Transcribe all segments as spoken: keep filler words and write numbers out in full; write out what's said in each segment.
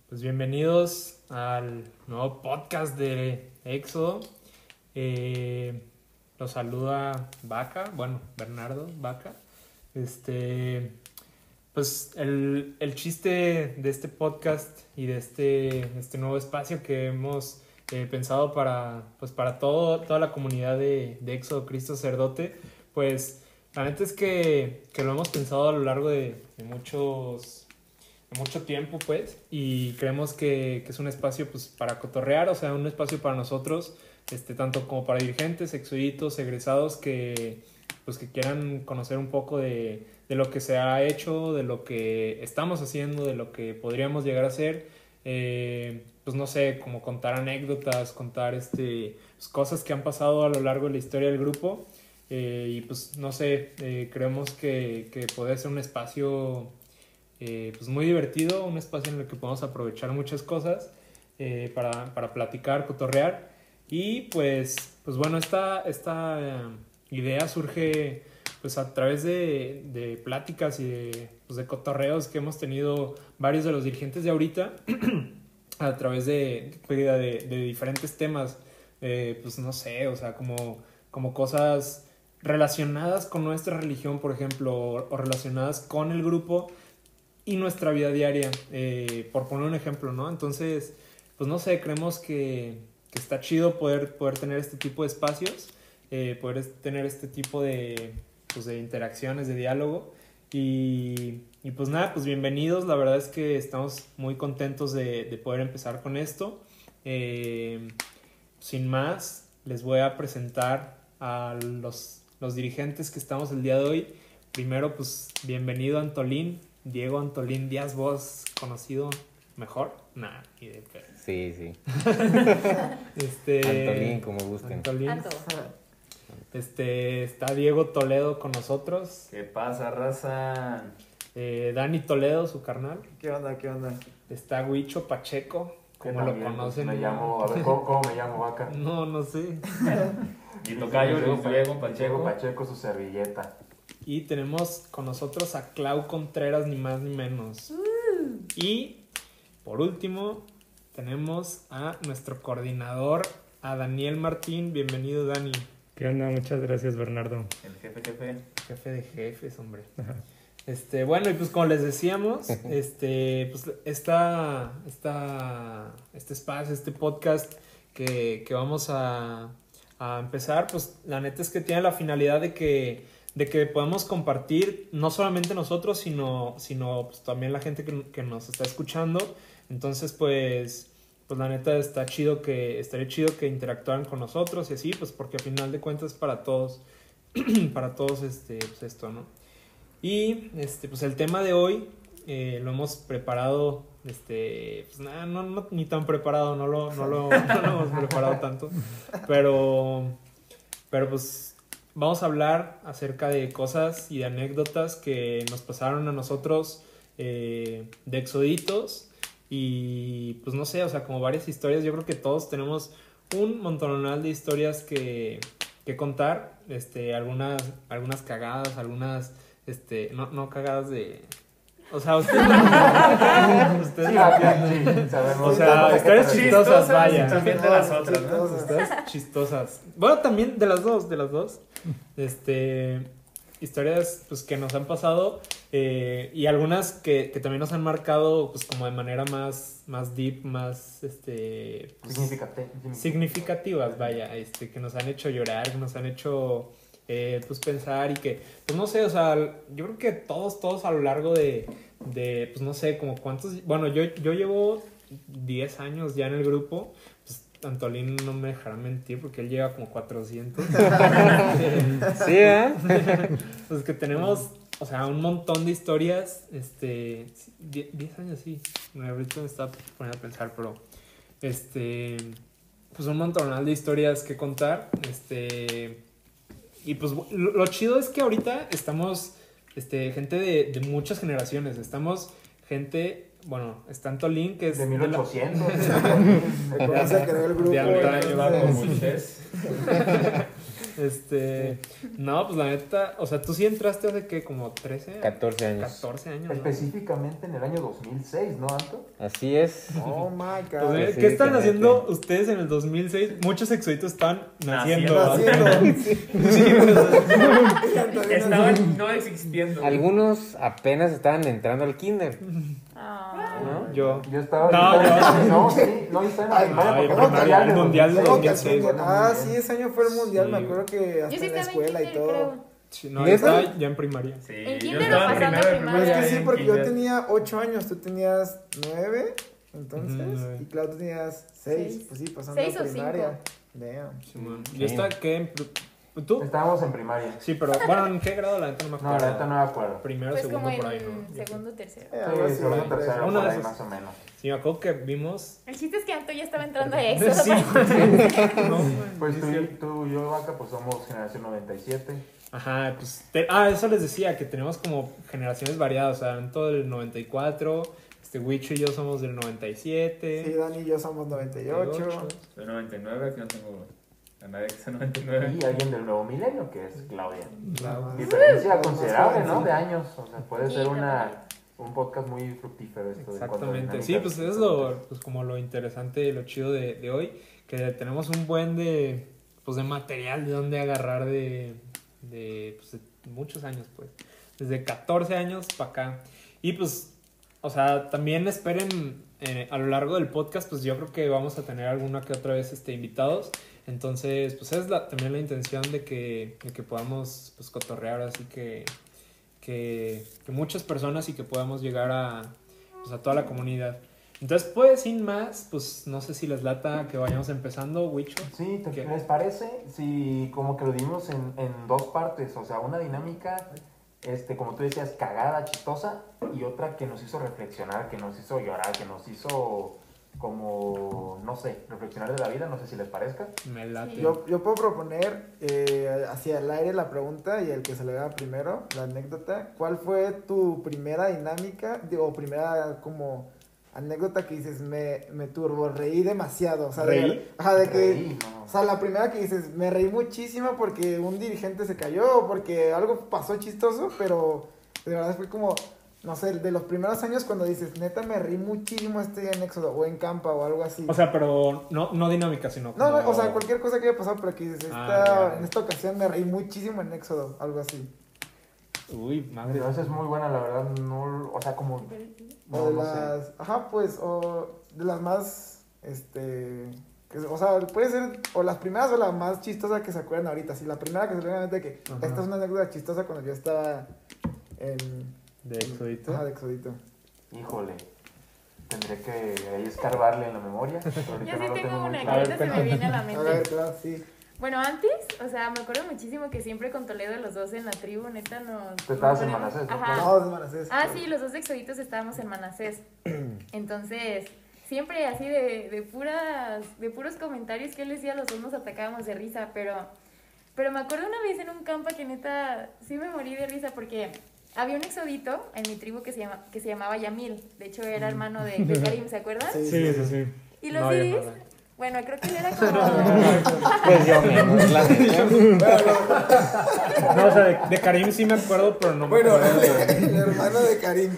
Pues bienvenidos al nuevo podcast de Éxodo. Eh, los saluda Vaca, bueno, Bernardo Vaca. Este, pues el, el chiste de este podcast y de este, este nuevo espacio que hemos eh, pensado para, pues para todo, toda la comunidad de, de Éxodo Cristo Sacerdote, pues la neta es que, que lo hemos pensado a lo largo de, de muchos... mucho tiempo, pues, y creemos que, que es un espacio, pues, para cotorrear, o sea, un espacio para nosotros, este, tanto como para dirigentes, exuditos, egresados que, pues, que quieran conocer un poco de, de lo que se ha hecho, de lo que estamos haciendo, de lo que podríamos llegar a hacer, eh, pues, no sé, como contar anécdotas, contar, este, pues, cosas que han pasado a lo largo de la historia del grupo, eh, y, pues, no sé, eh, creemos que, que puede ser un espacio... Eh, pues muy divertido, un espacio en el que podemos aprovechar muchas cosas eh, para, para platicar, cotorrear y pues, pues bueno, esta, esta eh, idea surge pues a través de, de pláticas y de, pues, de cotorreos que hemos tenido varios de los dirigentes de ahorita a través de, de, de diferentes temas, eh, pues no sé, o sea, como, como cosas relacionadas con nuestra religión, por ejemplo, o, o relacionadas con el grupo y nuestra vida diaria, eh, por poner un ejemplo, ¿no? Entonces, pues no sé, creemos que, que está chido poder, poder tener este tipo de espacios, eh, poder tener este tipo de, pues, de interacciones, de diálogo. Y, y pues nada, pues bienvenidos. La verdad es que estamos muy contentos de, de poder empezar con esto. Eh, sin más, les voy a presentar a los, los dirigentes que estamos el día de hoy. Primero, pues bienvenido Antolín. Diego Antolín Díaz Voz, conocido mejor. Nah, ni de pedo. Sí, sí. este, Antolín, como gusten. Antolín. Anto. Este, está Diego Toledo con nosotros. ¿Qué pasa, raza? Eh, Dani Toledo, su carnal. ¿Qué onda, qué onda? Está Huicho Pacheco, como lo También, conocen. pues, me llamo, a ver, ¿cómo, cómo me llamo, Vaca? No, no sé. Y tocayo Luis Diego Pacheco. Diego Pacheco, su servilleta. Y tenemos con nosotros a Clau Contreras, ni más ni menos. Uh. Y por último, tenemos a nuestro coordinador, a Daniel Martín. Bienvenido, Dani. ¿Qué onda? Muchas gracias, Bernardo. El jefe, jefe. Jefe de jefes, hombre. Ajá. Este, bueno, y pues como les decíamos, este, pues esta, esta, este espacio, este podcast que, que vamos a, a empezar, pues la neta es que tiene la finalidad de que de que podamos compartir, no solamente nosotros, sino, sino pues, también la gente que, que nos está escuchando. Entonces, pues, pues la neta está chido que, estaría chido que interactuaran con nosotros y así, pues porque al final de cuentas para todos, para todos este, pues esto, ¿no? Y este, pues el tema de hoy eh, lo hemos preparado, este, pues nada, no, no, ni tan preparado, no lo, no lo, no lo hemos preparado tanto, pero, pero pues vamos a hablar acerca de cosas y de anécdotas que nos pasaron a nosotros eh, de exoditos y pues no sé, o sea, como varias historias. Yo creo que todos tenemos un montonal de historias que, que contar, este, algunas, algunas cagadas, algunas, este, no, no cagadas de... O sea, ustedes... ustedes Sí, lo Vaca, entienden. sí, sabemos. O sea, historias chistosas, vaya. También de las otras, ¿no? Historias chistosas. Bueno, también de las dos, de las dos. Este, historias pues que nos han pasado eh, y algunas que, que también nos han marcado pues como de manera más, más deep, más este pues, Significate- significativas, vaya, este, que nos han hecho llorar, que nos han hecho eh, pues pensar y que, pues no sé, o sea, yo creo que todos, todos a lo largo de, de pues no sé, como cuántos, bueno, yo, yo llevo diez años ya en el grupo. Antolín no me dejará mentir porque él lleva como cuatrocientos. Sí, ¿eh? Pues que tenemos, o sea, un montón de historias. Este, diez años, sí. Ahorita me estaba poniendo a pensar, pero este, pues un montón de historias que contar. Este, y pues lo, lo chido es que ahorita estamos, este, gente de, de muchas generaciones. Estamos gente. Bueno, está Antolín, que es... De mil ochocientos. Se comienza a crear el grupo. De antaño, Como Moisés. Este, no, pues la neta, o sea, tú sí entraste hace que como trece, catorce años. catorce años, ¿no? Específicamente en el año dos mil seis, ¿no, Anto? Así es. Oh my Pues, god. eh, sí, ¿qué están que haciendo neta. ustedes en el dos mil seis? Muchos exoditos están naciendo. Naciendo. ¿verdad? Naciendo. Sí, pues, Estaban no existiendo. Algunos apenas estaban entrando al kinder, Ah. ¿no? yo. Yo estaba... No, yo estaba- yo- no, sí, no, yo estaba en la Ay, primaria ay, porque primaria, del el mundial de No, dos mil que seis. el mundial- Ah, sí, ese año fue el mundial, Sí. me acuerdo que Yo hasta sí en la estaba en escuela y kinder, todo. creo. Sí, no, yo ¿Neta? estaba ya en primaria. Sí, ¿En yo kinder o estaba pasando primero de primaria? Pero es primaria. que sí, en porque yo kinder. tenía ocho años, tú tenías nueve, entonces, Ujú, nueve. y Clau tenías seis, Seis. pues sí, pasando Seis a o primaria. Damn. Simón. Sí. Yo estaba, ¿qué? En pr- ¿Tú? Estábamos en primaria. Sí, pero, bueno, ¿en qué grado? La neta no me No, acuerdo. la neta no me acuerdo. Primero, Pues segundo, como en por ahí, ¿no? segundo, tercero. Eh, algo Sí, así, segundo, ¿no? tercero, Una por de ahí esas. más o menos. Sí, me acuerdo que vimos... El chiste es que Anto ya estaba entrando a Éxodo. Sí, no, Pues sí, tú, es y- cierto. tú y yo, Vaca, pues somos generación noventa y siete. Ajá, pues... te- ah, eso les decía, que tenemos como generaciones variadas. O sea, en todo el noventa y cuatro, este, Wicho y yo somos del noventa y siete. Sí, Dani y yo somos noventa y ocho. Soy noventa y nueve, aquí no tengo a nadie que sea noventa y nueve. Y alguien del nuevo milenio, que es Claudia. Nada más. Diferencia Más considerable, ¿no? joven, De años. O sea, puede Sí, ser también. una, un podcast muy fructífero esto. en cuanto a Exactamente. Sí, dinámicas pues es lo, pues como lo interesante y lo chido de, de hoy, que tenemos un buen de, pues de material de donde agarrar de, de, pues, de muchos años, pues. Desde catorce años para acá. Y pues, o sea, también esperen eh, a lo largo del podcast, pues yo creo que vamos a tener alguna que otra vez este, invitados. Entonces, pues es la, también la intención de que, de que podamos pues, cotorrear, así que, que, que muchas personas y que podamos llegar a, pues, a toda la comunidad. Entonces, pues, sin más, pues no sé si les lata que vayamos empezando, Wicho. Sí, ¿te- ¿Qué? ¿les parece? Si como que lo dimos en, en dos partes, o sea, una dinámica, este, como tú decías, cagada, chistosa, y otra que nos hizo reflexionar, que nos hizo llorar, que nos hizo como, no sé, reflexionar de la vida, no sé si les parezca. Me late. Sí. Yo, yo puedo proponer eh, hacia el aire la pregunta y el que se le haga primero, la anécdota. ¿Cuál fue tu primera dinámica digo, o primera como anécdota que dices, me, me turbo, reí demasiado? O sea, ¿Reí? De, ajá, de que, Reí, no. o sea, la primera que dices, me reí muchísimo porque un dirigente se cayó o porque algo pasó chistoso, pero de verdad fue como, no sé, de los primeros años cuando dices, neta, me reí muchísimo este día en Éxodo o en Campa o algo así. O sea, pero no, no dinámica, sino No, no, como- o sea, cualquier cosa que haya pasado, pero que dices, esta, Ah, ya. en esta ocasión me reí muchísimo en Éxodo, algo así. Uy, madre. No, esa es muy buena, la verdad, no, o sea, como... O No, de no sé. las, ajá, pues, o de las más, este, que, o sea, puede ser, o las primeras o la más chistosa que se acuerdan ahorita. Sí, la primera que se le viene a la mente que Ajá. esta es una anécdota chistosa cuando yo estaba en, De Exodito. ajá, de Exodito. Híjole, tendré que ahí escarbarle en la memoria. pero ahorita Yo no sí lo tengo muy una que claro. ahorita se me viene a la A ver, mente. claro, sí. Bueno, antes, o sea, me acuerdo muchísimo que siempre con Toledo los dos en la tribu, neta, nos... Tú estabas en nos Manasés, ¿no? Ajá. No, de Manasés. Ah, sí, los dos exoditos estábamos en Manasés. Entonces, siempre así de, de puras, de puros comentarios que él decía, los dos nos atacábamos de risa, pero, pero me acuerdo una vez en un campo que neta, sí me morí de risa porque había un exodito en mi tribu que se, llama, que se llamaba Yamil, de hecho era hermano de, de Karim, ¿se acuerdan? Sí, Sí, sí, sí. Y los No, yo Iris, no, no. bueno, creo que él era como... Pues yo menos, la neta. No, o sea, de, de Karim sí me acuerdo, pero no me Bueno, acuerdo. de- el hermano de Karim.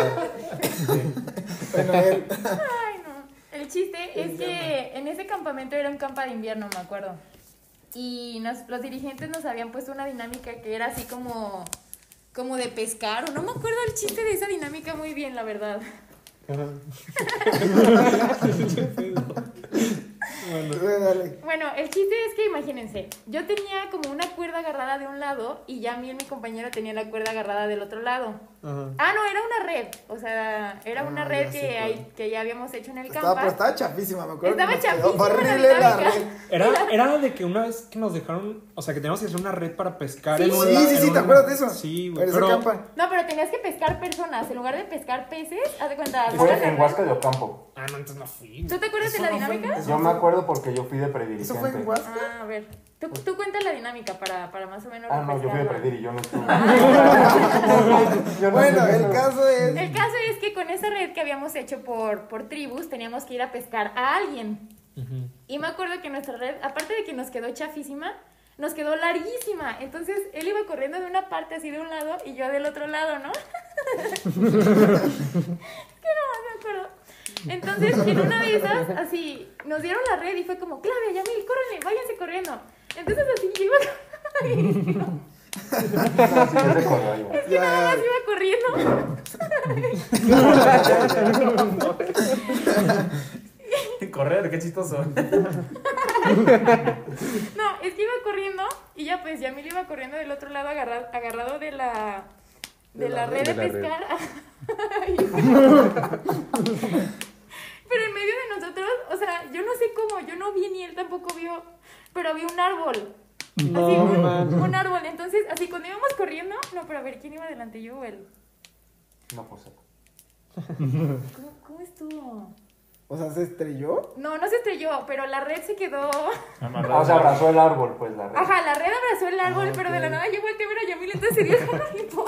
Bueno, él. Ay, no. El chiste es que en ese campamento era un campo de invierno, me acuerdo. Y nos, los dirigentes nos habían puesto una dinámica que era así como, como de pescar, o no me acuerdo el chiste de esa dinámica muy bien, la verdad. Bueno, dale. Bueno, el chiste es que imagínense, yo tenía como una cuerda agarrada de un lado y ya mi, mi compañero tenía la cuerda agarrada del otro lado. Ajá. Ah, no, era una red, o sea, era una Ah, red ya sé que, cuál. hay, que ya habíamos hecho en el Estaba, pero campo. estaba chafísima, me acuerdo. Estaba que nos quedó chafísima la horrible la dinámica. red. Era, era de que una vez que nos dejaron, o sea, que teníamos que hacer una red para pescar Sí. en un Sí, la- sí, en sí, un- ¿te acuerdas de eso? Sí, güey. Pero Pero, ese campa. No, pero tenías que pescar personas, en lugar de pescar peces, haz de cuenta. Fue agarras la en red. Huasca de Ocampo. ah, no, entonces no fui. ¿Tú te acuerdas de Eso la no fue- dinámica? Eso Yo me fue- acuerdo porque yo fui de ¿Eso predirigente. fue en Huasca? Ah, a ver. Tú, tú cuentas la dinámica para, para más o menos. Ah, no, yo fui de refrescarla. predir y yo no estuve. Yo no Bueno, sé, el no. caso es. El caso es que con esa red que habíamos hecho por, por tribus, teníamos que ir a pescar a alguien. Ujú. Y me acuerdo que nuestra red, aparte de que nos quedó chafísima, nos quedó larguísima. Entonces él iba corriendo de una parte así de un lado y yo del otro lado, ¿no? Es que no me acuerdo. Entonces, en una de esas, así, nos dieron la red y fue como, Claudia, Yamil, córrenle, váyanse corriendo. Entonces así yo iba... No, sí, ya se acordó, igual. Es que Ya. nada más iba corriendo. Correr, qué chistoso. No, es que iba corriendo y ya pues Yamil iba corriendo del otro lado agarrado, agarrado de la de, De la, la red de, de la red. pescar. Pero en medio de nosotros, o sea, yo no sé cómo, yo no vi ni él tampoco vio, pero había un árbol. No, así, un, man. un árbol. Entonces, así cuando íbamos corriendo, no, pero a ver, ¿quién iba adelante? Yo o él. No, pues. ¿Cómo, cómo estuvo? O sea, ¿se estrelló? No, no se estrelló, pero la red se quedó. Ah, o sea, abrazó el árbol, pues la red. Ajá, la red abrazó el árbol, Ah, pero de ok. la nada yo volteé a ver a Yamil, entonces se dio el jalonito.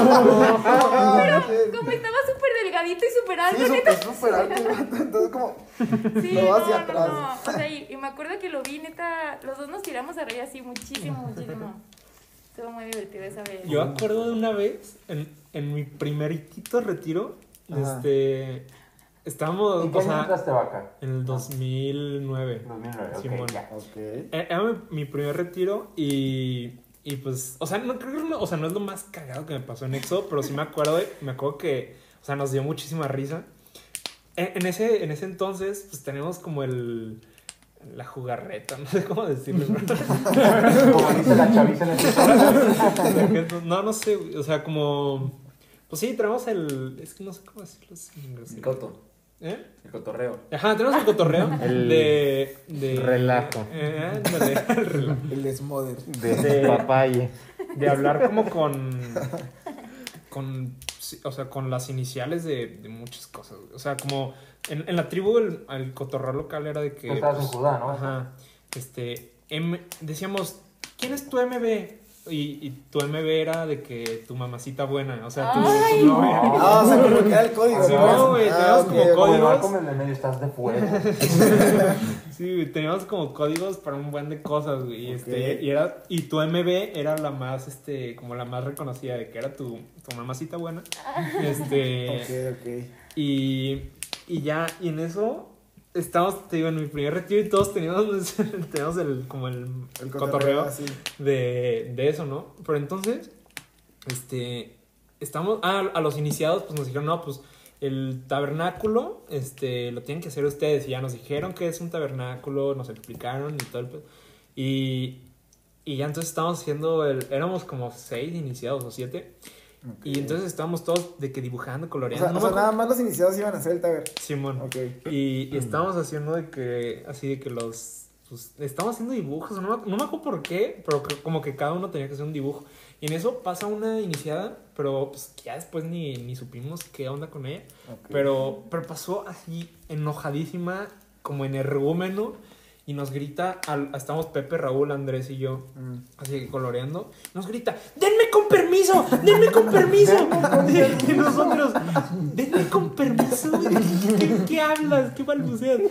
Ah, Pero ok. como estaba súper delgadito y súper alto, Sí, neta. súper, súper alto el vato, entonces como... Sí, lo no, hacia no, atrás. no. O sea, y, y me acuerdo que lo vi, neta, los dos nos tiramos a reír así muchísimo, muchísimo. Estuvo muy divertido esa vez. Yo me acuerdo de una vez, en, en mi primerito retiro, Ajá. este, estábamos, ¿En qué o año sea, entraste, Vaca? en el dos mil nueve. dos mil nueve, ok, Simón. ya. Ok. Eh, Era mi, mi primer retiro y, y pues, o sea, no creo que no, o sea, no es lo más cagado que me pasó en Exo, pero sí me acuerdo, de- me acuerdo que, o sea, nos dio muchísima risa. En, en ese, en ese entonces, pues tenemos como el, la jugarreta, no sé cómo decirlo. Como dice la chaviza en el No, no sé, o sea, como, pues sí, tenemos el, es que no sé cómo decirlo sin El grosero. coto, ¿Eh? el cotorreo. Ajá, tenemos el cotorreo El de, de... relajo. Eh, ándale, el relajo. El desmoder. De De- papaye. De hablar como con... Con... sí, o sea, con las iniciales de, de muchas cosas. güey. O sea, como... En, en la tribu, el, el cotorreo local era de que... Tú estabas en pues, Judá, ¿no? Ajá. Este... M- decíamos, ¿quién es tu M B? Y, y tu M B era de que tu mamacita buena. O sea, tu, Ay, tu novia. Ah, o sea, como que era el código. Sí, ¿no? no, güey, Ah, tenemos ok, como ok. Como códigos. no, como el de medio estás de fuego. Sí, güey, teníamos como códigos para un buen de cosas, güey. Y, Ok. este, y, era, y tu M B era la más, este, como la más reconocida, de que era tu, tu mamacita buena. Este, Ok, ok. y, y ya, y en eso estamos, te digo, en mi primer retiro y todos teníamos, teníamos el, como el, El cotorreo así. de, de eso, ¿no? Pero entonces, este, estamos, ah, a los iniciados, pues nos dijeron, no, pues el tabernáculo, este, lo tienen que hacer ustedes. Y ya nos dijeron que es un tabernáculo, nos explicaron y todo el pe- y, y ya entonces estábamos haciendo el, éramos como seis iniciados o siete. Ok. Y entonces estábamos todos de que dibujando, O coloreando. sea, no o me sea, nada acuerdo- más los iniciados iban a hacer el taber. Simón. Ok. Y, y estábamos haciendo de que, así de que los, pues, estábamos haciendo dibujos, no me, no me acuerdo por qué, pero que- como que cada uno tenía que hacer un dibujo. Y en eso pasa una iniciada, pero pues ya después ni, ni supimos qué onda con ella. Ok. Pero, pero pasó así, enojadísima, como energúmeno, y nos grita, al, estamos Pepe, Raúl, Andrés y yo, Mm. así que coloreando, nos grita, ¡denme con permiso! ¡Denme con permiso! Y nosotros, ¡denme con permiso! ¿Qué, qué hablas? ¿Qué balbuceas?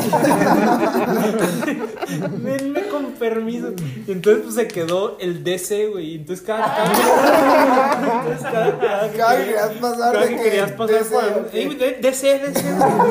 ¡Denme con permiso! Y entonces pues se quedó el D C, güey, y entonces cada... cada entonces cada, cada que Cada que quería- querías pasar cada de que que querías pasar D C, por... ok. Ey, D- DC, DC.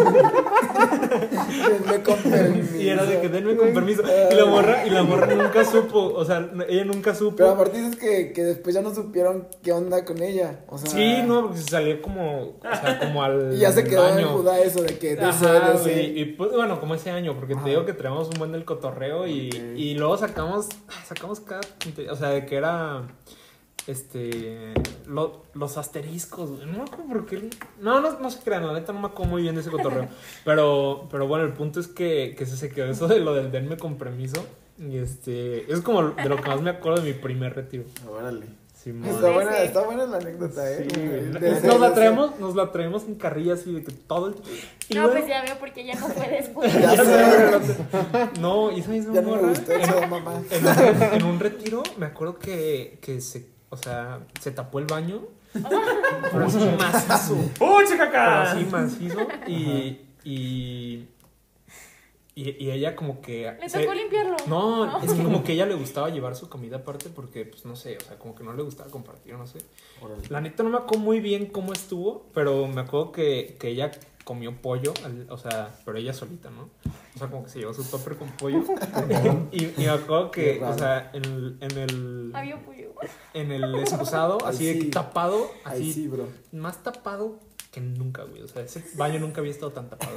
Denme con permiso. Y era de que denme con permiso. Y la morra, y la morra nunca supo, o sea, ella nunca supo. Pero aparte dices que, que después ya no supieron qué onda con ella. O sea, Sí, no, porque se salió como, o sea, como al Y ya se quedó en año. Judá eso de que D C, Ajá, D C. güey, y pues, bueno, como ese año, porque Ajá. te digo que traemos un buen del cotorreo y, Ok. y luego sacamos, sacamos cada, o sea, de que era, este, lo- los asteriscos, güey, no me acuerdo por qué, no, no, no se crean, la neta no me acuerdo muy bien de ese cotorreo, pero, pero bueno, el punto es que, que se, se quedó eso de lo del denme con permiso, y este, es como de lo que más me acuerdo de mi primer retiro. Órale. Simón. Está D C. buena, está buena la anécdota, eh. Sí, güey. D C, nos la D C. traemos, nos la traemos en carrilla así de que todo el... y No, luego- pues ya veo porque ya no fue después. Ya sé. No, y esa misma Ya no me morra, gustó eso de mamá. en, un, en un retiro, me acuerdo que, que se, o sea, se tapó el baño, pero así macizo, ¡Oh, chica pero acá! así macizo, y, y, y, y ella como que... Le se- tocó limpiarlo. No, No. es que como que a ella le gustaba llevar su comida aparte porque, pues, no sé, o sea, como que no le gustaba compartir, no sé. La neta no me acuerdo muy bien cómo estuvo, pero me acuerdo que, que ella comió pollo, al- o sea, pero ella solita, ¿no? O sea, como que se llevó su tupper con pollo. y, y me acuerdo que, Qué o raro. sea, en el, en el, Había pollo. en el excusado, Ahí así de sí. tapado, Ahí así, sí, bro. más tapado que nunca, güey. O sea, ese baño nunca había estado tan tapado.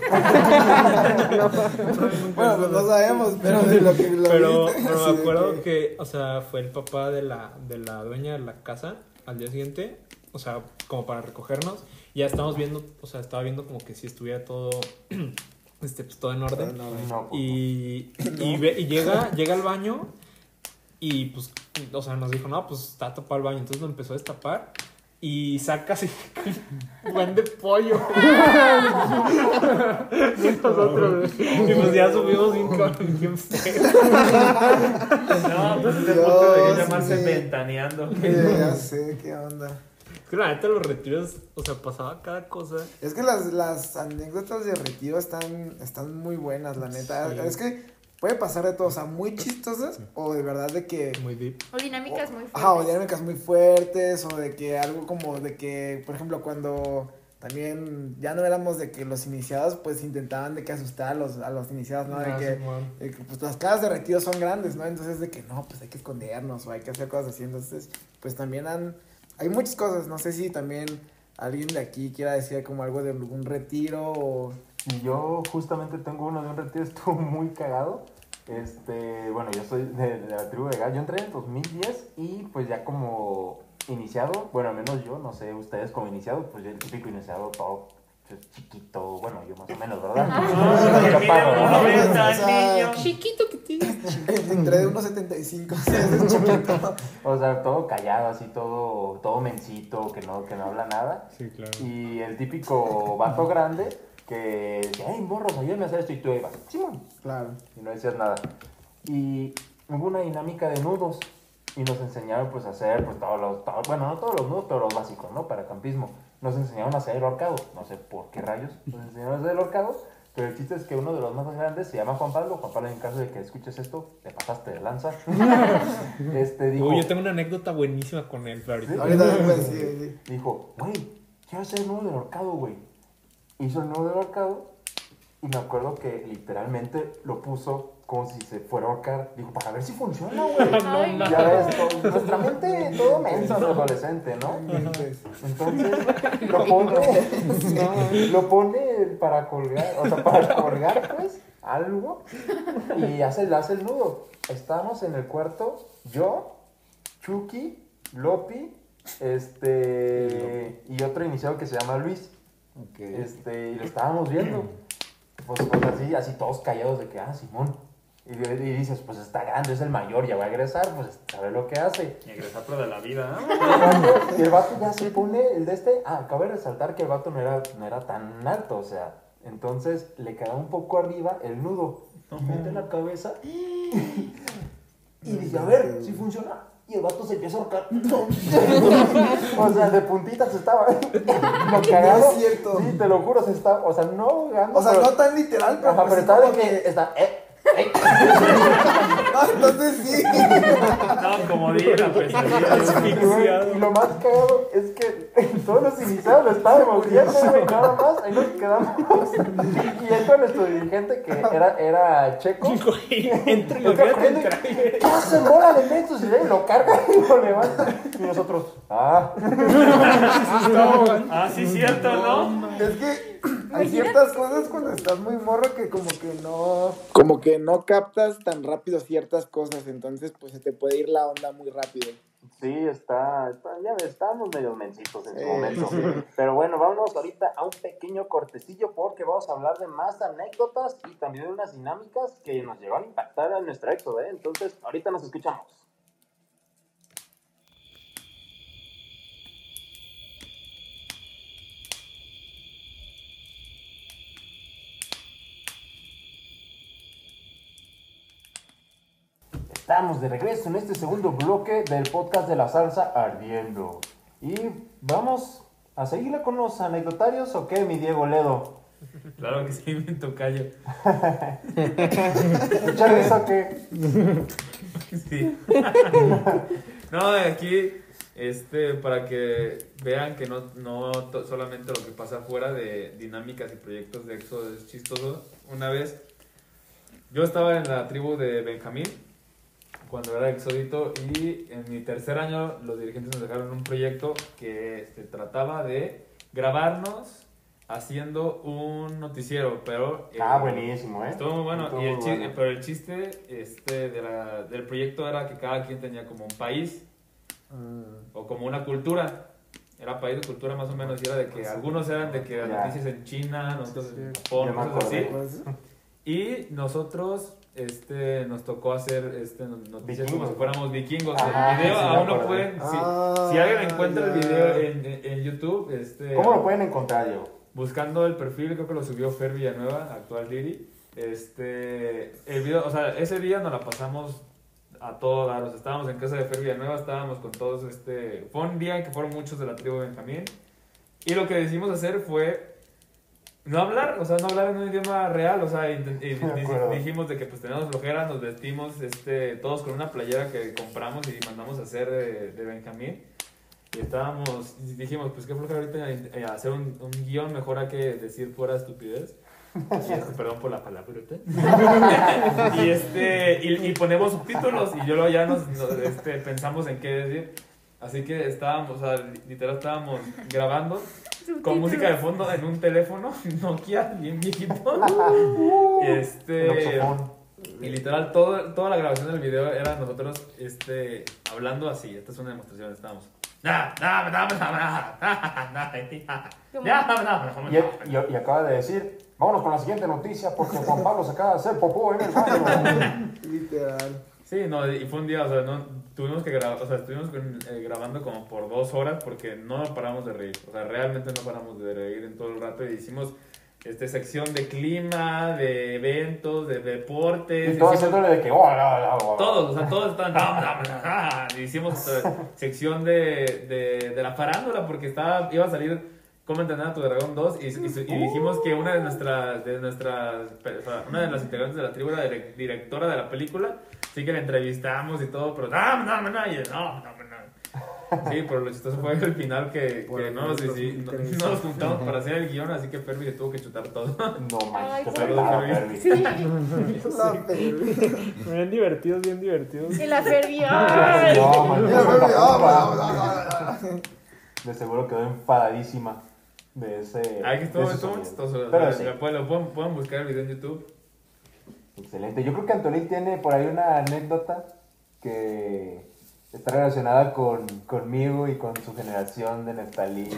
Bueno, pues no sabemos, pero de lo que lo Pero, viste, pero así me de acuerdo que- que, o sea, fue el papá de la, de la dueña de la casa al día siguiente, o sea, como para recogernos. Y ya estamos viendo, o sea, estaba viendo como que si estuviera todo, este, pues todo en orden. No, no. No, pues, Y, y, ve- y llega, llega al baño y pues, o sea, nos dijo, no, pues está tapado el baño. Entonces lo empezó a destapar y saca así un buen de pollo. Y nosotros, y pues ya subimos bien cabrón, bien feo. No, pues ese Dios, punto debería llamarse sí. ventaneando. Eh, ya sé, qué onda. Es que la neta los retiros, o sea, pasaba cada cosa. Es que las, las anécdotas de retiro están, están muy buenas, la neta. Sí. Es que puede pasar de todo, o sea, muy chistosas o de verdad de que... Muy deep. O dinámicas muy fuertes. Ajá, o dinámicas muy fuertes o de que algo como de que, por ejemplo, cuando también ya no éramos de que los iniciados pues intentaban de que asustar a los, a los iniciados, ¿no? De Ah, que, Simón. de que, pues las casas de retiro son grandes, ¿no? Entonces de que no, pues hay que escondernos o hay que hacer cosas así. Entonces, pues también han... Hay muchas cosas, no sé si también alguien de aquí quiera decir como algo de algún retiro o... Y yo justamente tengo uno de un retiro, estuvo muy cagado. Este, bueno, yo soy de, de la tribu de Gal. Yo entré en dos mil diez y pues ya como iniciado, bueno, al menos yo, no sé, ustedes como iniciado, pues yo el típico iniciado todo pues, chiquito, bueno, yo más o menos, ¿verdad? Ah, que mide Chaparro, uno ¿no? noventa, O sea, niño. Chiquito que tienes. Entré de unos setenta y cinco, o sea, es chiquito. O sea, todo callado, así, todo, todo mencito, que no, que no habla nada. Sí, claro. Y el típico vato grande que decía, hey, morros, ayúdame a hacer esto. Y tú ibas, Simón. Claro. Y no decías nada. Y hubo una dinámica de nudos. Y nos enseñaron pues a hacer, pues todos los, todo- bueno, no todos los nudos, pero los básicos, ¿no? Para campismo. Nos enseñaron a hacer el horcado. No sé por qué rayos nos enseñaron a hacer el horcado. Pero el chiste es que uno de los más grandes se llama Juan Pablo. Juan Pablo, en caso de que escuches esto, te pasaste de lanza. este dijo... Uy, yo tengo una anécdota buenísima con él, pero ahorita. ¿Sí? Ahorita después, sí, sí. Dijo, güey, quiero hacer el nudo del horcado, güey. Hizo el nudo del horcado y me acuerdo que literalmente lo puso como si se fuera a ahorcar. Dijo, para ver si funciona, güey. Ay, Ya ves, todo- nuestra mente todo menso de adolescente, ¿no? Entonces, Entonces lo pone, lo pone para colgar, o sea, para colgar, pues, algo y hace, hace el nudo. Estábamos en el cuarto, yo, Chucky, Lopi, este, y otro iniciado que se llama Luis. Este, y lo estábamos viendo. Pues, pues así, así todos callados de que, ah, Simón. Y, y dices, pues está grande, es el mayor, ya va a egresar, pues sabe lo que hace. Y egresar pro de la vida, Y ¿no? el vato- Y el vato ya se pone el de este. Ah, acabo de resaltar que el vato no era, no era tan alto, o sea. Entonces le queda un poco arriba el nudo. Y mete la cabeza. Y dice, a ver, si funciona. Y el vato se empieza a ahorcar. O sea, de puntitas estaba. Lo cagado. No es cierto. Sí, te lo juro, se está. O sea, no ahogando. o sea, pero- no tan literal, pero, Ajá, pues pero sí está de como que. Está. Eh, eh. No, entonces sí. No, como dije, la pesadilla. Y, güey, y lo más cagado es que todos los iniciados lo estábamos viendo, güey, nada más, ahí nos quedamos. Y entra nuestro dirigente que era, era checo. Güey, entra y Entra olvídate corriendo entrar. y, ¿qué hace bola de mensos? Y ahí lo carga y lo levanta. Y nosotros, ah. Ah, sí, cierto, ¿no? Es que hay ciertas cosas cuando estás muy morro que como que no... Como que no captas tan rápido ciertas cosas, entonces pues se te puede ir la onda muy rápido. Sí, está, está ya ves, estábamos medio mencitos en su Sí. momento. Pero bueno, vámonos ahorita a un pequeño cortecillo porque vamos a hablar de más anécdotas y también de unas dinámicas que nos llegaron a impactar a nuestra éxodo, ¿eh? Entonces, ahorita nos escuchamos. Estamos de regreso en este segundo bloque del podcast de la salsa ardiendo. Y vamos a seguirle con los anecdotarios, ¿o qué, mi Diego Ledo? Claro que sí, mi tocayo. ¿Mucha risa o qué? Sí. No, aquí, este, para que vean que no, no to- solamente lo que pasa afuera de dinámicas y proyectos de Éxodo es chistoso. Una vez, yo estaba en la tribu de Benjamín, cuando era Exodito, y en mi tercer año los dirigentes nos dejaron un proyecto que se trataba de grabarnos haciendo un noticiero, pero... eh, Ah, buenísimo, ¿eh? Estuvo muy bueno, Estuvo y el muy chi- bueno. pero el chiste este, de la, del proyecto era que cada quien tenía como un país o como una cultura. Era país de cultura más o menos, y era de que algunos eran de que las Ya. noticias en China, nosotros en Sí, Japón, Ya me cosas así. acordé. Y nosotros este, nos tocó hacer este, noticias como Vikingos. si fuéramos vikingos. Ajá, el video sí, me aún no acordé. pueden. Si, Ah, si alguien encuentra el ya. video en, en, en YouTube, este, ¿Cómo lo pueden encontrar, Diego? buscando el perfil, creo que lo subió Fer Villanueva, actual Diri. Este, el video, o sea, ese día nos la pasamos a todo dar. O sea, estábamos en casa de Fer Villanueva, estábamos con todos. Este, fue un día en que fueron muchos de la tribu de Benjamín. Y lo que decidimos hacer fue no hablar, o sea, no hablar en un idioma real, o sea, y, y- De y acuerdo. dijimos de que pues teníamos flojera, nos vestimos este, todos con una playera que compramos y mandamos a hacer de, de Benjamín. Y estábamos, y dijimos, pues qué flojera ahorita eh, hacer un, un guión, mejor a que decir fuera estupidez. Y este, perdón por la palabra. y este y, y ponemos subtítulos y yo luego ya nos, nos, este, pensamos en qué decir. Así que estábamos, o sea, literal estábamos grabando con música de fondo en un teléfono Nokia bien viejito. El Este oxofón. y literal todo, toda la grabación del video era nosotros este hablando así. Esta es una demostración, estábamos. Nah, nah, nah, nah, nah, nah, nah, Como- nah, nah, nah, Y, y- y acaba de decir, vámonos con la siguiente noticia porque Juan Pablo se acaba de hacer popó en el baño. Literal. Sí, no, y fue un día, o sea, no, tuvimos que grabar, o sea, estuvimos con- eh, grabando como por dos horas porque no paramos de reír, o sea, realmente no paramos de reír en todo el rato y hicimos este, sección de clima, de eventos, de deportes. Y todo hicimos- haciéndole de que, oh, no, no, no. Todos, o sea, todos estaban. No, no, no, no. Hicimos eh, sección de, de, de la farándula porque estaba, iba a salir Cómo entrenar a tu dragón dos y, y, y dijimos que una de nuestras, de nuestras, o sea, una de las integrantes de la tribu era dire- directora de la película, así que la entrevistamos y todo, pero no, no, no, no, y no, no, no. Sí, pero lo chistoso fue el final que, que Bueno, no, nos, dos hici- mil no, trece. no nos juntamos para hacer el guión, así que Fermi se tuvo que chutar todo. No Ay, manches, qué por pelada, favor. Fermi. Sí, La perdí. Bien divertidos, bien divertidos. y la perdió. No, man, Ya, no, Fermi, no, ah, no, no. De seguro quedó enfadadísima de ese. Ay, que estuvo, de ese estuvo sonido. chistoso. Pero o sí, sea, lo pueden, lo pueden- pueden buscar el video en YouTube. excelente. Yo creo que Antonio tiene por ahí una anécdota que está relacionada con, conmigo y con su generación de Neftalí.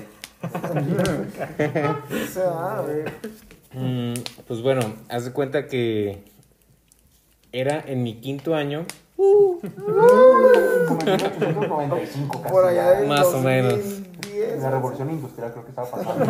O sea, a ver. Mm, pues bueno, haz de cuenta que era en mi quinto año, Como en mil ochocientos noventa y cinco casi. Por allá ya. del Más o dos menos. mil diez. La revolución industrial creo que estaba pasando.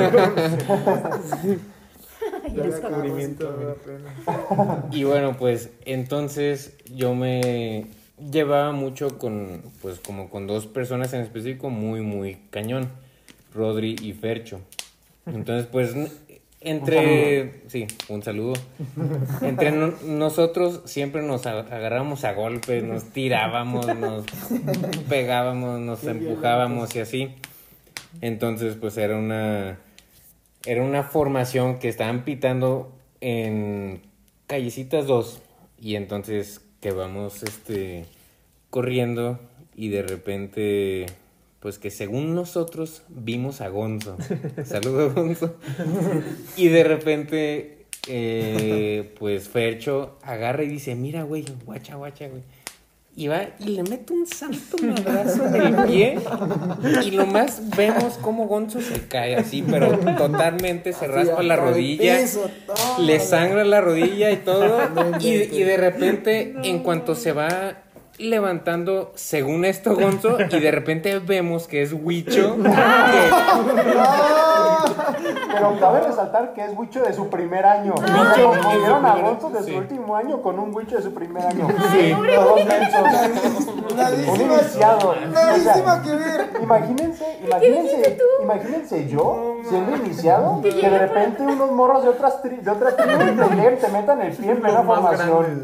Ya El le acabamos descubrimiento, todo güey. apenas. y bueno, pues entonces yo me llevaba mucho con, pues como con dos personas en específico muy, muy cañón, Rodri y Fercho. Entonces, pues n- entre, sí, un saludo. Entre no- nosotros siempre nos a- agarrábamos a golpes, nos tirábamos, nos pegábamos, nos Qué empujábamos y así. Entonces, pues era una era una formación que estaban pitando en Callecitas dos y entonces que vamos este corriendo y de repente pues que según nosotros vimos a Gonzo. Saludos, Gonzo. Y de repente eh, pues Fercho agarra y dice, mira güey, guacha, guacha, güey. Y va y le mete un santo madrazo en el pie. Y lo más vemos como Gonzo se cae así, pero totalmente se raspa la Hasta el rodilla. piso, todo. Le sangra la rodilla y todo. No Y, inventes. y de repente, en cuanto se va levantando, según esto, Gonzo, y de repente vemos que es Huicho. que- Pero cabe resaltar que es Huicho de su primer año. Huicho Como de su vieron a primer- Gonzo de su sí. último año con un Huicho de su primer año. Ay, pobre Todos mensos. Un Nadísima, iniciado. nadísima que ver. Imagínense, imagínense, imagínense yo siendo iniciado, que de repente unos morros de otras tri- de otra tribu te lleguen, te metan el pie en plena formación.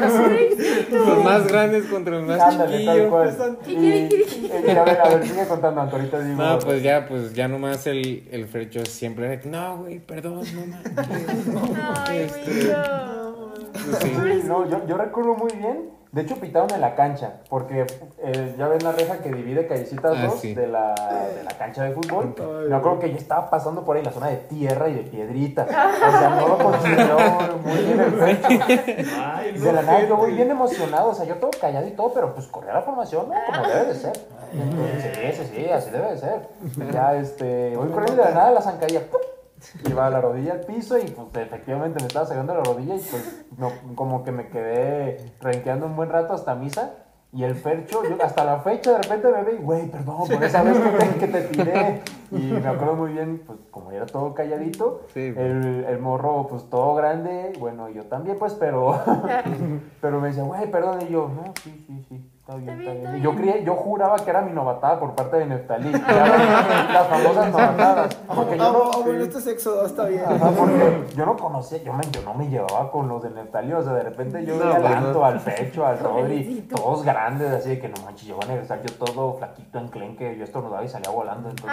Los más grandes contra los más Ándale, tal chiquillos. cual. ¿Qué Y, quiere, quiere, quiere? y a ver, a ver, sigue contando, Antonito. Digo, No, pues ya, pues ya nomás el, el Frecho siempre era que, no, güey, perdón, no mames. Ay, Este, Huicho. pues sí. Sí, no, yo, yo recuerdo muy bien. De hecho, pitaron en la cancha, porque eh, ya ven la reja que divide Callecitas Ah, dos sí. de, la, de la cancha de fútbol. Ay, Me acuerdo que yo estaba pasando por ahí la zona de tierra y de piedrita. O sea, no lo consideró muy bien el Frecho. Ay, Y de la nada yo voy bien emocionado, o sea, yo todo callado y todo, pero pues corría la formación, ¿no? Como debe de ser. Entonces, sí, sí, sí, así debe de ser. Ya, este, voy corriendo y de la nada la zancadilla, ¡pum! Y va la rodilla al piso y pues efectivamente me estaba sacando la rodilla y pues no, como que me quedé renqueando un buen rato hasta misa. Y el Fercho, yo hasta la fecha de repente me ve y, güey, perdón por esa vez que te, que te tiré. Y me acuerdo muy bien, pues como era todo calladito, Sí, pues. el, el morro pues todo grande, bueno, yo también pues, pero, pero me decía, güey, perdón. Y yo, no, sí, sí, sí, está bien, Está está bien, bien. está Y yo, bien. creía, yo juraba que era mi novatada por parte de Neftalí. Ya, las famosas novatadas. Porque yo Ah, no, ah, bueno, este sexo dos está bien. Ajá, porque yo no conocía, yo, me, yo no me llevaba con los de Neftalí, o sea, de repente yo No, veía al pues, Anto, no. al Pecho, al Rodri, Pobrecito. todos grandes, así de que no manches, yo voy a regresar yo todo flaquito, enclenque, yo estornudaba y salía volando, entonces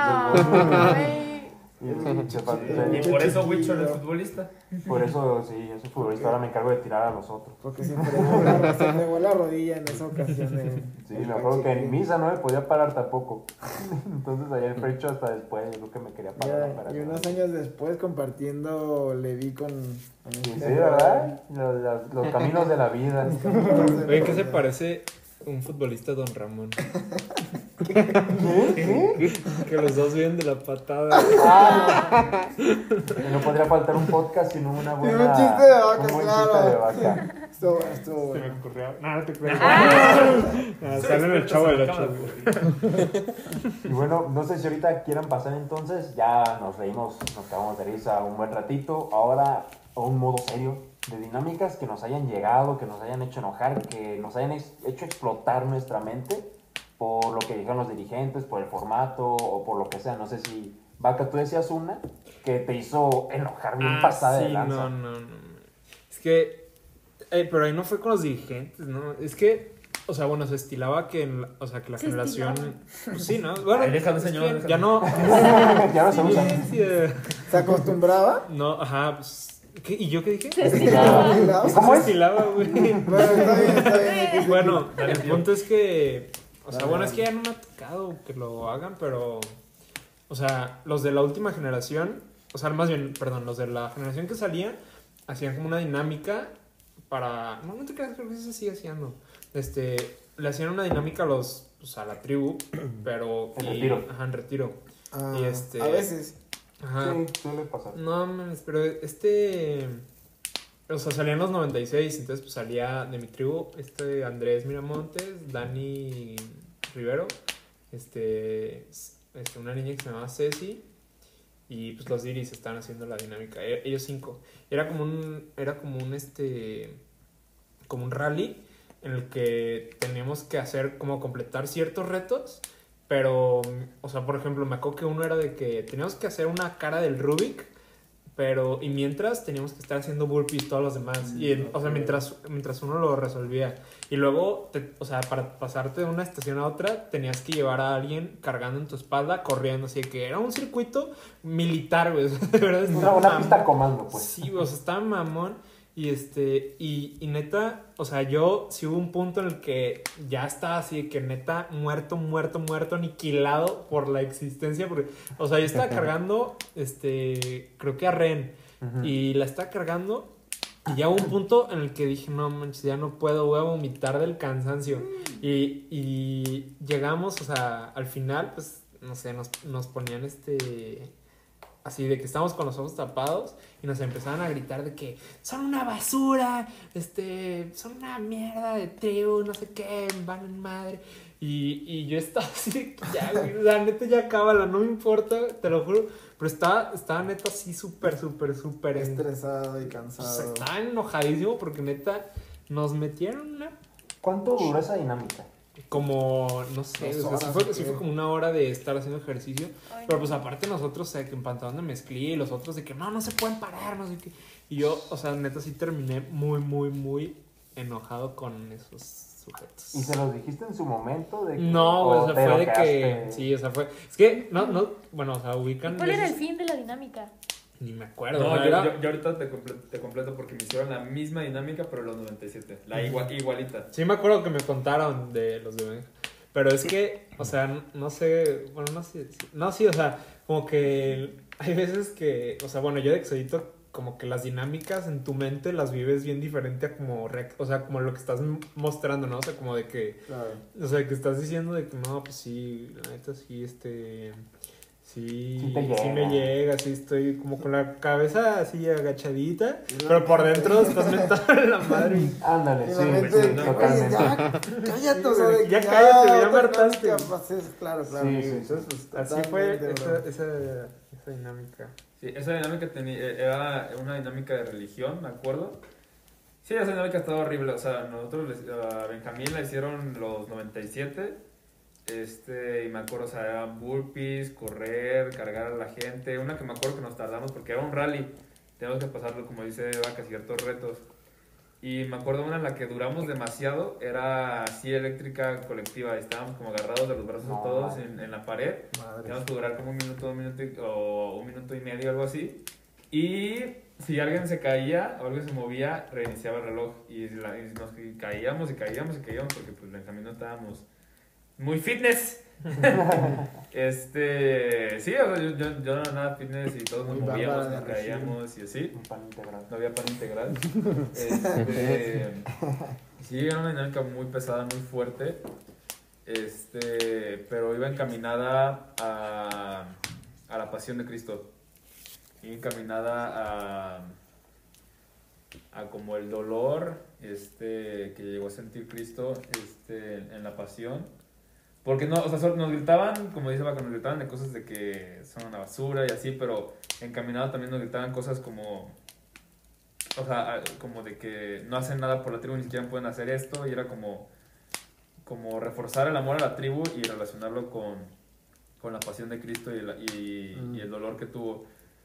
Ay. y- y- se pa- se- Y por eso Huicho no es futbolista. por eso sí, yo soy futbolista, ahora me encargo de tirar a los otros. Porque se fregó la, se fregó la rodilla en esa ocasión. eh. Sí, me acuerdo que en misa no me podía parar tampoco. Entonces allá el Pecho hasta después, yo creo que me quería parar. Ya, para y unos años después compartiendo le vi con... con Sí, este- sí, ¿verdad? Los, los- los caminos de la vida. Oye, ¿qué se parece un futbolista a Don Ramón? ¿Qué? ¿Qué? Que los dos vienen de la patada. Ah, no. No podría faltar un podcast sin una buena. un chiste de vaca, un buen claro. chiste de vaca. Estuvo, estuvo Se bueno. me ocurrió. No, no te creo. Ah, sale en el chavo del ocho. Y bueno, no sé si ahorita quieran pasar entonces. Ya nos reímos, nos acabamos de risa un buen ratito. Ahora a un modo serio de dinámicas que nos hayan llegado, que nos hayan hecho enojar, que nos hayan ex- hecho explotar nuestra mente por lo que dijeron los dirigentes, por el formato o por lo que sea. No sé si, Vaca, tú decías una que te hizo enojar bien Ah, pasada de sí, lanza. no, no, no. Es que. eh, pero ahí no fue con los dirigentes, ¿no? Es que. O sea, bueno, se estilaba que, en la- o sea, que la Se generación. estilaba. Pues sí, ¿no? Bueno, Ay, déjalo, es señor, que déjalo. ya no. Ya no se usa. Sí, sí, eh, ¿Se acostumbraba? no, ajá, pues. ¿qué? ¿Y yo qué dije? Se estilaba. ¿Y cómo Se es? estilaba, güey. Bueno, está bien, está bien. Bueno, el punto es que, o sea, bueno, es que ya no me ha tocado que lo hagan, pero, o sea, los de la última generación, o sea, más bien, perdón, los de la generación que salía, hacían como una dinámica para, no, no te creas, creo que eso se sigue haciendo, este, le hacían una dinámica a los, pues, a la tribu, pero... En y- retiro. Ajá, en retiro. Ah, Y este- A veces. Ajá. Sí, suele pasar. No, mames, pero este... O sea, salían los noventa y seis, entonces pues salía de mi tribu este Andrés Miramontes, Dani Rivero, este, este una niña que se llamaba Ceci y pues los Diris estaban haciendo la dinámica, e- ellos cinco. Era como un, era como un este, como un rally en el que teníamos que hacer como completar ciertos retos, pero, o sea, por ejemplo, me acuerdo que uno era de que teníamos que hacer una cara del Rubik. Pero, y mientras teníamos que estar haciendo burpees todos los demás. Y, en- o sea, mientras, mientras uno lo resolvía. Y luego, te- o sea, para pasarte de una estación a otra, tenías que llevar a alguien cargando en tu espalda, corriendo. Así que era un circuito militar, güey. O sea, de verdad, Una, estaba una mam- pista comando, pues. Sí, güey, o sea, estaba mamón. Y este, y, y neta, o sea, yo sí hubo un punto en el que ya estaba así de que neta, muerto, muerto, muerto, aniquilado por la existencia. Porque, o sea, yo estaba cargando, este, creo que a Ren. Ujú. Y la estaba cargando. Y ya hubo un punto en el que dije, no manches, ya no puedo, voy a vomitar del cansancio. Y, y llegamos, o sea, al final, pues, no sé, nos, nos ponían este... así de que estábamos con los ojos tapados y nos empezaban a gritar de que son una basura, este, son una mierda de tribu, no sé qué, van en madre. Y, y yo estaba así de que ya, güey, la neta ya cábala, no me importa, te lo juro. Pero estaba, estaba neta así súper, súper, súper en- Estresado y pues, cansado. estaba enojadísimo porque neta nos metieron una ¿Cuánto duró esa dinámica? como, no sé, Dos o sea, sí horas, fue, ¿o sí qué? fue como una hora de estar haciendo ejercicio. Ay, Pero no. pues aparte nosotros, o sea, que en pantalón de mezclilla y los otros de que no, no se pueden parar, no sé qué. Y yo, o sea, neta sí terminé muy, muy, muy enojado con esos sujetos. ¿Y se los dijiste en su momento? De que, No, güey, o sea, te fue lo de que... quedaste- Sí, o sea, fue... Es que, no, no, bueno, o sea, ubican... ¿Cuál era el esos- fin de la dinámica? Ni me acuerdo. No, ¿no? yo, Era- yo, yo ahorita te, comple- te completo porque me hicieron la misma dinámica, pero en los noventa y siete. La igua- igualita. Sí me acuerdo que me contaron de los de Benja. Pero es que, o sea, no, no sé, bueno, no sé, sí- no, sí, o sea, como que hay veces que, o sea, bueno, yo de Exodito, como que las dinámicas en tu mente las vives bien diferente a como, reac- o sea, como lo que estás m- mostrando, ¿no? O sea, como de que, Claro. o sea, que estás diciendo de que no, pues sí, la neta sí, este, sí, Sí te sí me llega. llega, sí estoy como con la cabeza así agachadita, Y la pero por mente- dentro estás mentando en la madre. Ándale, Y sí, la mente sí, de que, oye, totalmente. ya, cállate, o sea, Sí, de que ya cállate, ya me otra hartaste. dinámica, pues, es- Claro, claro. Sí, sí, Entonces, pues, así fue Totalmente, esa, bro. esa, esa dinámica. Sí, esa dinámica tenía, era una dinámica de religión, me acuerdo. Sí, esa dinámica estaba horrible. O sea, nosotros, les- a Benjamín la hicieron los noventa y siete. Este, y me acuerdo, o sea, eran burpees, correr, cargar a la gente. Una que me acuerdo que nos tardamos porque era un rally. Teníamos que pasarlo, como dice Vaca, ciertos retos. Y me acuerdo una en la que duramos demasiado. Era así eléctrica colectiva. Estábamos como agarrados de los brazos No, todos madre. en, en la pared. Madre. Teníamos que durar como un minuto, un minuto y, o un minuto y medio, algo así. Y si alguien se caía o algo se movía, reiniciaba el reloj. Y, la- y nos y caíamos y caíamos y caíamos porque pues en camino estábamos muy fitness. este, sí, o sea, yo, yo, yo no era nada fitness y todos nos Muy movíamos, bárbara nos de caíamos y así. Un pan integral. No había pan integral. Este, sí, era una dinámica muy pesada, muy fuerte. Este, pero iba encaminada a, a la pasión de Cristo. Iba encaminada a, a como el dolor este, que llegó a sentir Cristo este, en la pasión. Porque no, o sea, solo nos gritaban, como dice Baca, nos gritaban de cosas de que son una basura y así, pero encaminado también nos gritaban cosas como, o sea, a- como de que no hacen nada por la tribu, ni siquiera pueden hacer esto, y era como, como reforzar el amor a la tribu y relacionarlo con, con la pasión de Cristo y el, y, Mm. y el dolor que tuvo.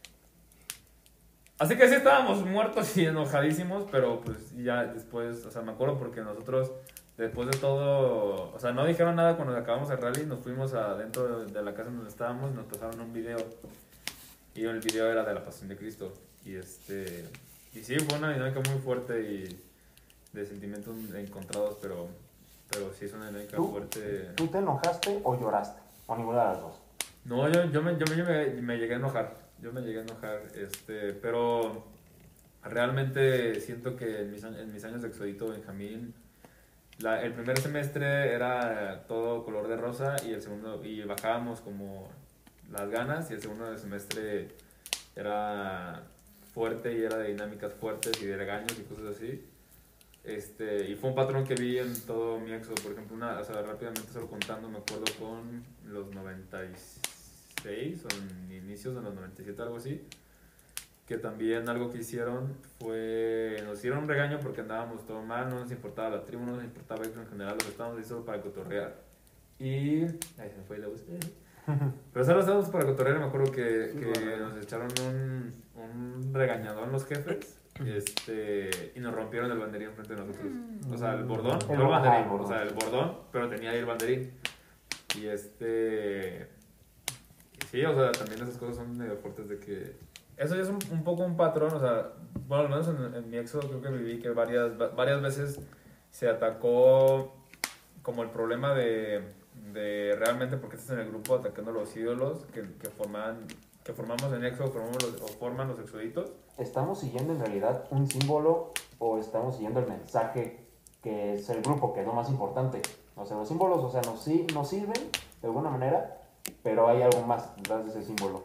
Así que sí estábamos muertos y enojadísimos, pero pues ya después, o sea, me acuerdo porque nosotros, después de todo, o sea, no dijeron nada cuando acabamos el rally, nos fuimos adentro de, de la casa donde estábamos, nos pasaron un video, y el video era de la pasión de Cristo, y este, y sí, fue una dinámica muy fuerte y de sentimientos encontrados, pero, pero sí es una dinámica ¿Tú? fuerte. ¿Tú te enojaste o lloraste? O ninguna de las dos. No, yo, yo, me, yo, me, yo me, me llegué a enojar, yo me llegué a enojar, este, pero realmente siento que en mis, años- en mis años de Exodito Benjamín, la, el primer semestre era todo color de rosa y el segundo, y bajábamos como las ganas, y el segundo semestre era fuerte y era de dinámicas fuertes y de regaños y cosas así. Este, y fue un patrón que vi en todo mi éxodo. Por ejemplo, una, o sea, rápidamente solo contando, me acuerdo con los noventa y seis o en inicios de los noventa y siete, algo así, que también algo que hicieron fue, nos hicieron un regaño porque andábamos todo mal, no nos importaba la tribu, no nos importaba eso en general, lo que estábamos ahí solo para cotorrear. Y, ay, se me fue la luz. Pero solo estábamos para cotorrear, me acuerdo que, que nos echaron un, un regañadón los jefes. Este, y nos rompieron el banderín frente de nosotros. O sea, el bordón, El no el bordón, banderín, el bordón. o sea, el bordón, pero tenía ahí el banderín. Y este. y sí, o sea, también esas cosas son medio fuertes de que. Eso ya es un, un poco un patrón, o sea, bueno, al menos en, en mi éxodo creo que viví que varias, va- varias veces se atacó como el problema de, de realmente porque estás en el grupo atacando los ídolos que, que forman. Que formamos en Éxodo, formamos los, o forman los exoditos. ¿Estamos siguiendo en realidad un símbolo o estamos siguiendo el mensaje que es el grupo, que es lo más importante? O sea, los símbolos, o sea, nos, si- nos sirven de alguna manera, pero hay algo más detrás de ese símbolo.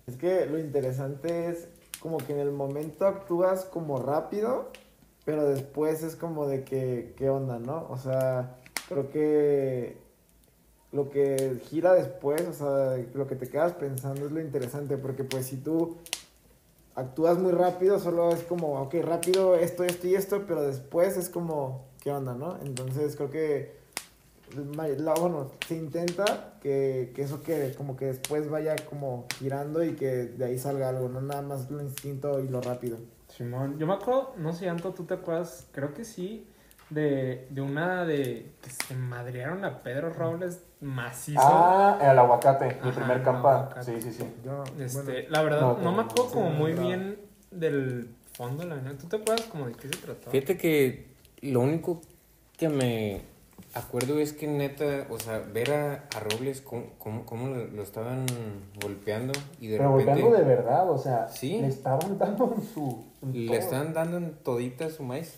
Es que lo interesante es como que en el momento actúas como rápido, pero después es como de que, ¿qué onda, no? O sea, creo que lo que gira después, o sea, lo que te quedas pensando es lo interesante, porque pues si tú actúas muy rápido, solo es como, ok, rápido esto, esto y esto, pero después es como, ¿qué onda, no? Entonces creo que, la, bueno, se intenta que, que eso que como que después vaya como girando y que de ahí salga algo, no nada más lo instinto y lo rápido. Simón, yo me acuerdo, no sé, Anto, ¿tú te acuerdas? Creo que sí, de, de una de que se madrearon a Pedro Robles macizo. Ah, el aguacate, mi Ajá, primer el campa. aguacate. Sí, sí, sí. Yo, Este, bueno, la verdad, no, no, me no, acuerdo sí, como no, muy no. bien del fondo de la vaina. ¿Tú te acuerdas como de qué se trataba? Fíjate que lo único que me acuerdo es que neta, o sea, ver a, a Robles cómo, cómo, cómo lo, lo estaban golpeando y de Pero repente golpeando de verdad, o sea, Sí. le estaban dando en su... en le todo. estaban dando en todita su maíz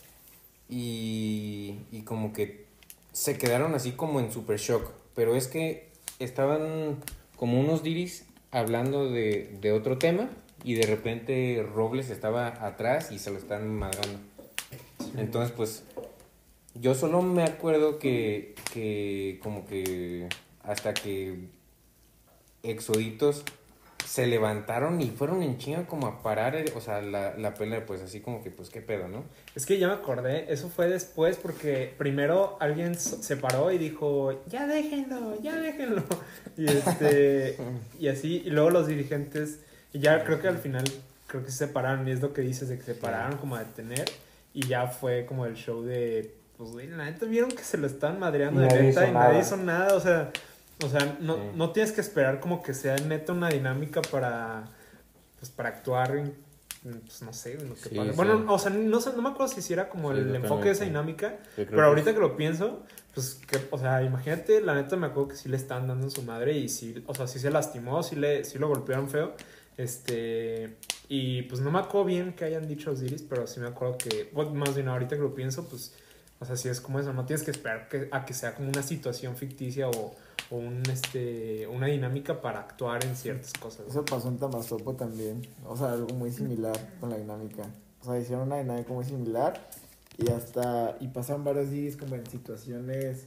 y, y como que se quedaron así como en super shock. Pero es que estaban como unos diris hablando de, de otro tema y de repente Robles estaba atrás y se lo están madrando. Entonces, pues, yo solo me acuerdo que, que como que hasta que Exoditos se levantaron y fueron en chinga como a parar, el- o sea, la, la pelea, pues así como que, pues, qué pedo, ¿no? Es que ya me acordé, eso fue después porque primero alguien s- se paró y dijo, ya déjenlo, ya déjenlo. Y este, y así, y luego los dirigentes, y ya creo que al final, creo que se separaron, y es lo que dices, de que se pararon como a detener, y ya fue como el show de, pues, güey, la neta vieron que se lo estaban madreando Y de nadie neta hizo y nadie nada. hizo nada, o sea, o sea, no, Sí. no tienes que esperar como que sea neta una dinámica para, pues, para actuar en, pues, no sé, en lo que Sí, pasa. sí. Bueno, o sea, no, sé, no me acuerdo si hiciera como Sí, el totalmente. enfoque de esa dinámica, Yo creo pero que ahorita sí. que lo pienso, pues, que, o sea, imagínate, la neta me acuerdo que sí le estaban dando en su madre y sí, o sea, sí se lastimó, sí, le, sí lo golpearon feo, este, y pues no me acuerdo bien que hayan dicho los diris, pero sí me acuerdo que, bueno, más bien ahorita que lo pienso, pues, o sea, sí es como eso, no tienes que esperar que, a que sea como una situación ficticia o, o un, este, una dinámica para actuar en ciertas cosas. eso pasó en Tamazopo también, o sea, algo muy similar con la dinámica. O sea, hicieron una dinámica muy similar y hasta, y pasaron varios días como en situaciones,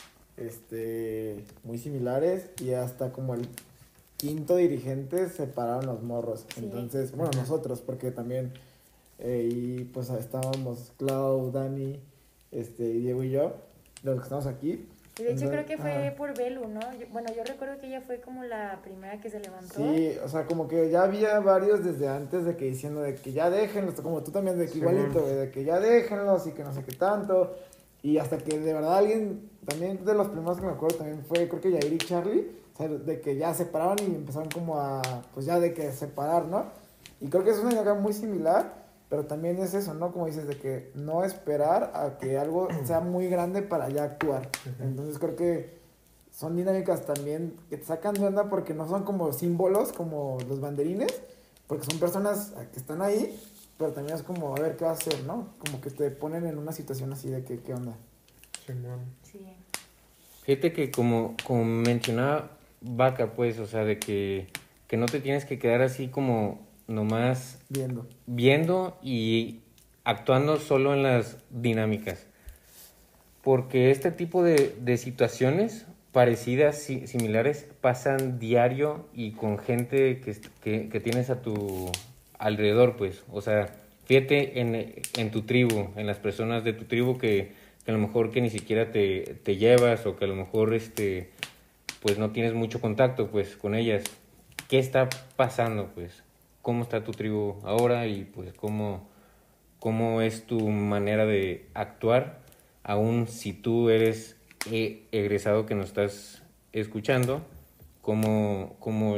este, muy similares y hasta como el quinto dirigente separaron los morros. Sí. Entonces, bueno, nosotros, porque también, eh, y pues estábamos Clau, Dani, este, Diego y yo, los que estamos aquí. Y de hecho Entonces, creo que fue ajá. por Belu, ¿no? Yo- bueno, yo recuerdo que ella fue como la primera que se levantó. Sí, o sea, como que ya había varios desde antes de que diciendo de que ya déjenlos, como tú también, de que Sí, igualito, man. güey, de que ya déjenlos y que no sé qué tanto. Y hasta que de verdad alguien, también de los primeros que me acuerdo también fue, creo que Yair y Charlie, o sea, de que ya separaron y empezaron como a, pues ya de que separar, ¿no? Y creo que es una dinámica muy similar, pero también es eso, ¿no? Como dices, de que no esperar a que algo sea muy grande para ya actuar. Entonces creo que son dinámicas también que te sacan de onda porque no son como símbolos como los banderines, porque son personas que están ahí, pero también es como a ver qué va a hacer, ¿no? Como que te ponen en una situación así de que qué onda. Simón. Sí. Fíjate que como, como mencionaba Vaca, pues, o sea, de que, que no te tienes que quedar así como nomás Viendo. viendo y actuando solo en las dinámicas. Porque este tipo de, de situaciones parecidas, si- similares, pasan diario y con gente que, que, que tienes a tu alrededor, pues. O sea, fíjate en, en tu tribu, en las personas de tu tribu que, que a lo mejor que ni siquiera te, te llevas o que a lo mejor este, pues no tienes mucho contacto pues con ellas. ¿Qué está pasando, pues? ¿Cómo está tu tribu ahora y pues cómo, cómo es tu manera de actuar, aún si tú eres eh, egresado que nos estás escuchando? ¿Cómo, cómo,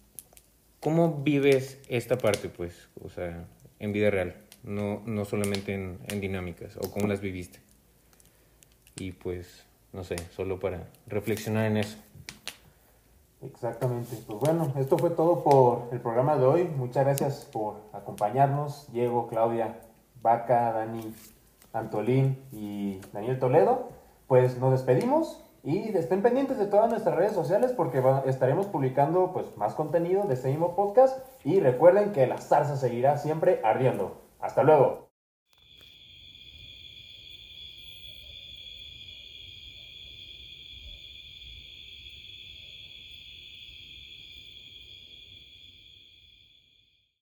cómo vives esta parte, pues? O sea, en vida real, no, no solamente en, en dinámicas, o cómo las viviste. Y pues, no sé, solo para reflexionar en eso. Exactamente. Pues bueno, esto fue todo por el programa de hoy. Muchas gracias por acompañarnos. Diego, Claudia, Vaca, Dani, Antolín y Daniel Toledo. Pues nos despedimos Y estén pendientes de todas nuestras redes sociales porque va- estaremos publicando pues, más contenido de este mismo podcast. Y recuerden que la zarza seguirá siempre ardiendo. Hasta luego.